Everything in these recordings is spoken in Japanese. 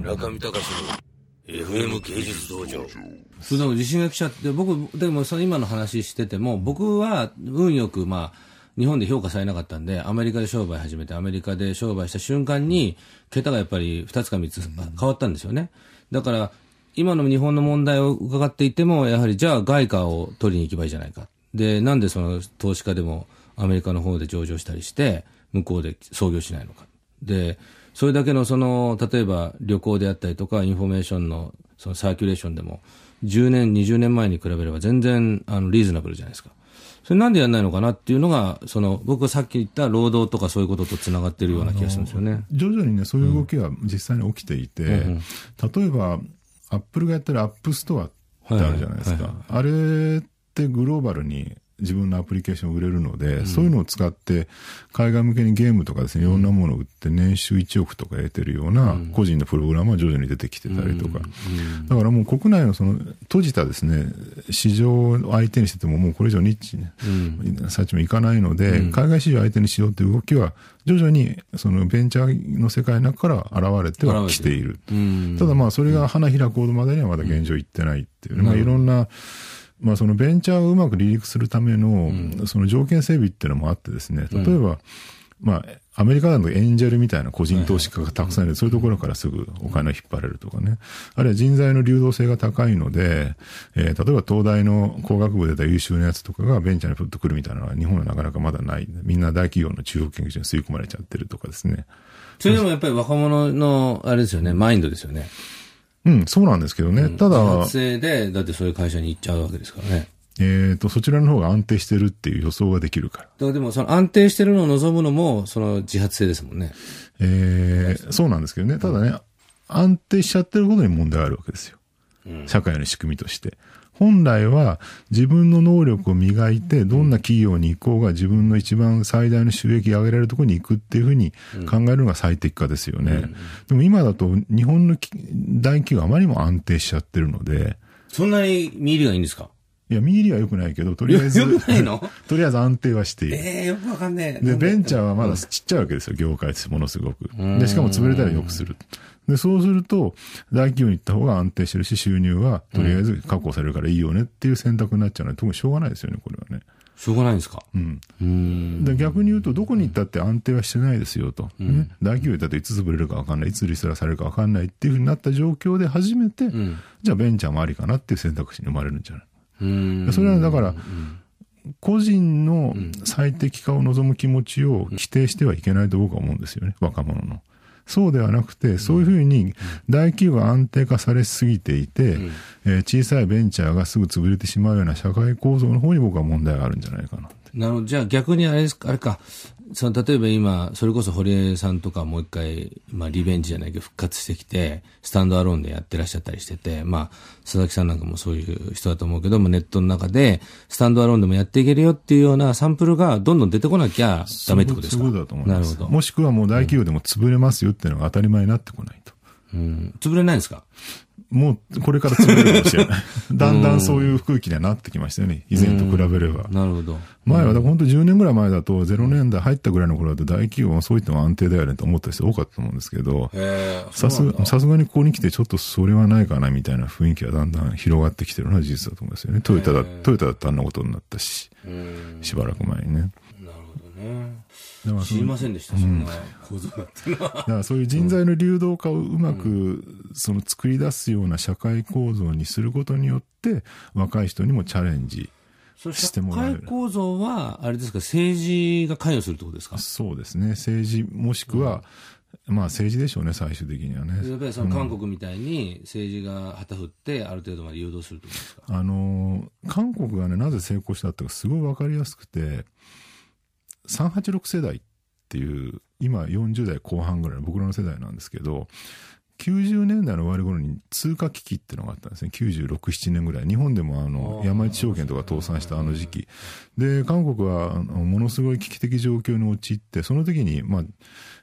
中見隆の FM 芸術道場。 それでも地震が来ちゃって、僕、でもその今の話してても、僕は運よく、日本で評価されなかったんで、アメリカで商売始めて、アメリカで商売した瞬間に、桁がやっぱり2つか3つ変わったんですよね。だから、今の日本の問題を伺っていても、やはりじゃあ外貨を取りに行けばいいじゃないか。で、なんでその投資家でもアメリカの方で上場したりして、向こうで創業しないのか。で、それだけの例えば旅行であったりとか、インフォメーションのそのサーキュレーションでも、10年、20年前に比べれば全然リーズナブルじゃないですか。それなんでやんないのかなっていうのが、僕がさっき言った労働とかそういうこととつながってるような気がするんですよね。 徐々にね、そういう動きは実際に起きていて、例えば、アップルがやってるアップストアってあるじゃないですか。あれってグローバルに自分のアプリケーションを売れるので、そういうのを使って海外向けにゲームとかですね、いろんなものを売って年収1億とか得てるような個人のプログラムは徐々に出てきてたりとか。だからもう国内の閉じたですね、市場を相手にしててももうこれ以上ニッチね、さっきもいかないので、海外市場を相手にしようっていう動きは徐々にベンチャーの世界の中から現れてはきている。ただそれが花開くほどまでにはまだ現状いってないっていう、いろんなそのベンチャーをうまく離陸するための、その条件整備っていうのもあってですね、例えば、アメリカだとエンジェルみたいな個人投資家がたくさんいる、そういうところからすぐお金を引っ張れるとかね。あるいは人材の流動性が高いので、例えば東大の工学部で出た優秀なやつとかがベンチャーにふっと来るみたいなのは日本はなかなかまだない。みんな大企業の中央研究所に吸い込まれちゃってるとかですね。 それでもやっぱり若者の、あれですよね、マインドですよね。 そうなんですけどね。ただ、 自発性で、だってそういう会社に行っちゃうわけですからね。 そちらの方が安定してるっていう予想ができるから。 だからでも安定してるのを望むのも、自発性ですもんね。 そうなんですけどね。ただね、安定しちゃってることに問題があるわけですよ。社会の仕組みとして。本来は自分の能力を磨いて、どんな企業に行こうが自分の一番最大の収益を上げられるところに行くっていうふうに考えるのが最適化ですよね。でも今だと日本の大企業はあまりにも安定しちゃってるので。 そんなに見入りがいいんですか？ いや、見入りは良くないけど、とりあえず。 良くないの？ とりあえず安定はしている。 よくわかんねえ。 で、ベンチャーはまだちっちゃいわけですよ、業界です、ものすごく。で、しかも潰れたら良くする。で、そうすると、大企業に行った方が安定してるし、収入はとりあえず確保されるからいいよねっていう選択になっちゃうので、特にしょうがないですよね、これはね。 しょうがないんですか？ で逆に言うと、どこに行ったって安定はしてないですよと。ね、大企業だといつ潰れるか分かんない、いつリストラされるか分かんないっていうふうになった状況で初めて、じゃあベンチャーもありかなっていう選択肢に生まれるんじゃない。それはだから、個人の最適化を望む気持ちを規定してはいけないと僕は思うんですよね、若者の。そうではなくて、そういうふうに大企業が安定化されすぎていて、小さいベンチャーがすぐ潰れてしまうような社会構造の方に僕は問題があるんじゃないかな。 なるほど。じゃあ逆にあれか、例えば今、それこそ堀江さんとかもう一回、リベンジじゃないけど復活してきて、スタンドアローンでやってらっしゃったりしてて、佐々木さんなんかもそういう人だと思うけども、ネットの中で、スタンドアローンでもやっていけるよっていうようなサンプルがどんどん出てこなきゃダメってことですか？ そうだと思います。 なるほど。 もしくはもう大企業でも潰れますよっていうのが当たり前になってこないと。 潰れないんですか？ もうこれから潰れるかもしれない。だんだんそういう空気にはなってきましたよね。以前と比べれば。 なるほど。 前は本当10年ぐらい前だと0年代入ったぐらいの頃だと大企業はそういったの安定だよねと思った人多かったと思うんですけど、さすがにここに来てちょっとそれはないかなみたいな雰囲気がだんだん広がってきてるのは事実だと思うんですよね。トヨタだってあんなことになったし、しばらく前にね。 なるほどね。知りませんでした、そんな構造だっていうのは。 だからそういう人材の流動化をうまく作り出すような社会構造にすることによって若い人にもチャレンジしてもらえる。 社会構造はあれですか、政治が関与するってことですか？ そうですね。政治もしくは、政治でしょうね、最終的にはね。 やっぱり韓国みたいに政治が旗振ってある程度まで誘導するってことですか？ 韓国がね、なぜ成功したってすごいわかりやすくて、386世代っていう、今40代後半ぐらいの僕らの世代なんですけど、90年代の終わり頃に通貨危機っていうのがあったんですね。96、7年ぐらい。日本でも山一証券とか倒産した時期。で、韓国はものすごい危機的状況に陥って、その時に、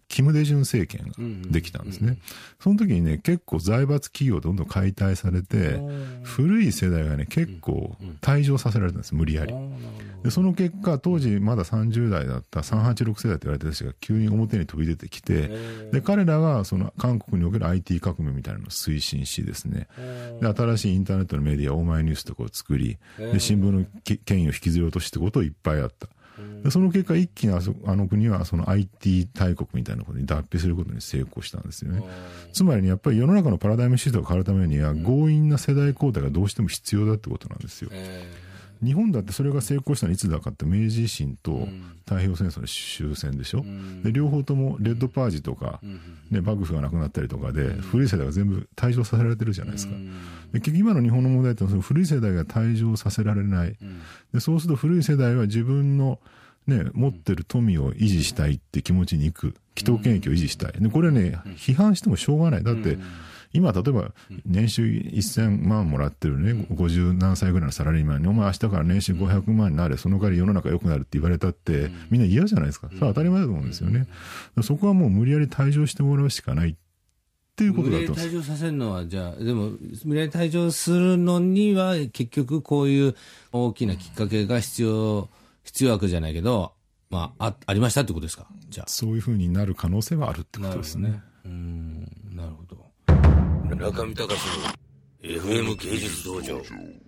キム・デジュン政権ができたんですね。その時にね、結構財閥企業どんどん解体されて、古い世代がね、結構退場させられたんです、無理やり。で、その結果、当時まだ30代だった386世代と言われてた人が急に表に飛び出てきて、で、彼らがその韓国における IT 革命みたいなのを推進しですね、で、新しいインターネットのメディア、オーマイニュースとかを作り、で、新聞の権威を引きずり落としてことをいっぱいあった。でその結果一気にあの国はその IT 大国みたいなことに脱皮することに成功したんですよね。つまりね、やっぱり世の中のパラダイムシフトが変わるためには強引な世代交代がどうしても必要だってことなんですよ。日本だってそれが成功したのいつだかって明治維新と太平洋戦争の終戦でしょ。で両方ともレッドパージとか、ね、幕府がなくなったりとかで古い世代が全部退場させられてるじゃないですか。で結局今の日本の問題ってその古い世代が退場させられない。でそうすると古い世代は自分のね、持ってる富を維持したいって気持ちに行く。既得権益を維持したい。でこれね、批判してもしょうがない。だって、今例えば年収1000万もらってるね、50何歳ぐらいのサラリーマンに、お前明日から年収500万になれ、その代わり世の中良くなるって言われたって、みんな嫌じゃないですか。それは当たり前だと思うんですよね。そこはもう無理やり退場してもらうしかないっていうことだと思います。 無理やり退場させるのは、じゃあ、でも、無理やり退場するのには、結局こういう大きなきっかけが必要悪じゃないけど、まあ、ありましたってことですか。じゃあ。 そういうふうになる可能性はあるってことですね。 なるほど。 中見隆の FM 芸術道場。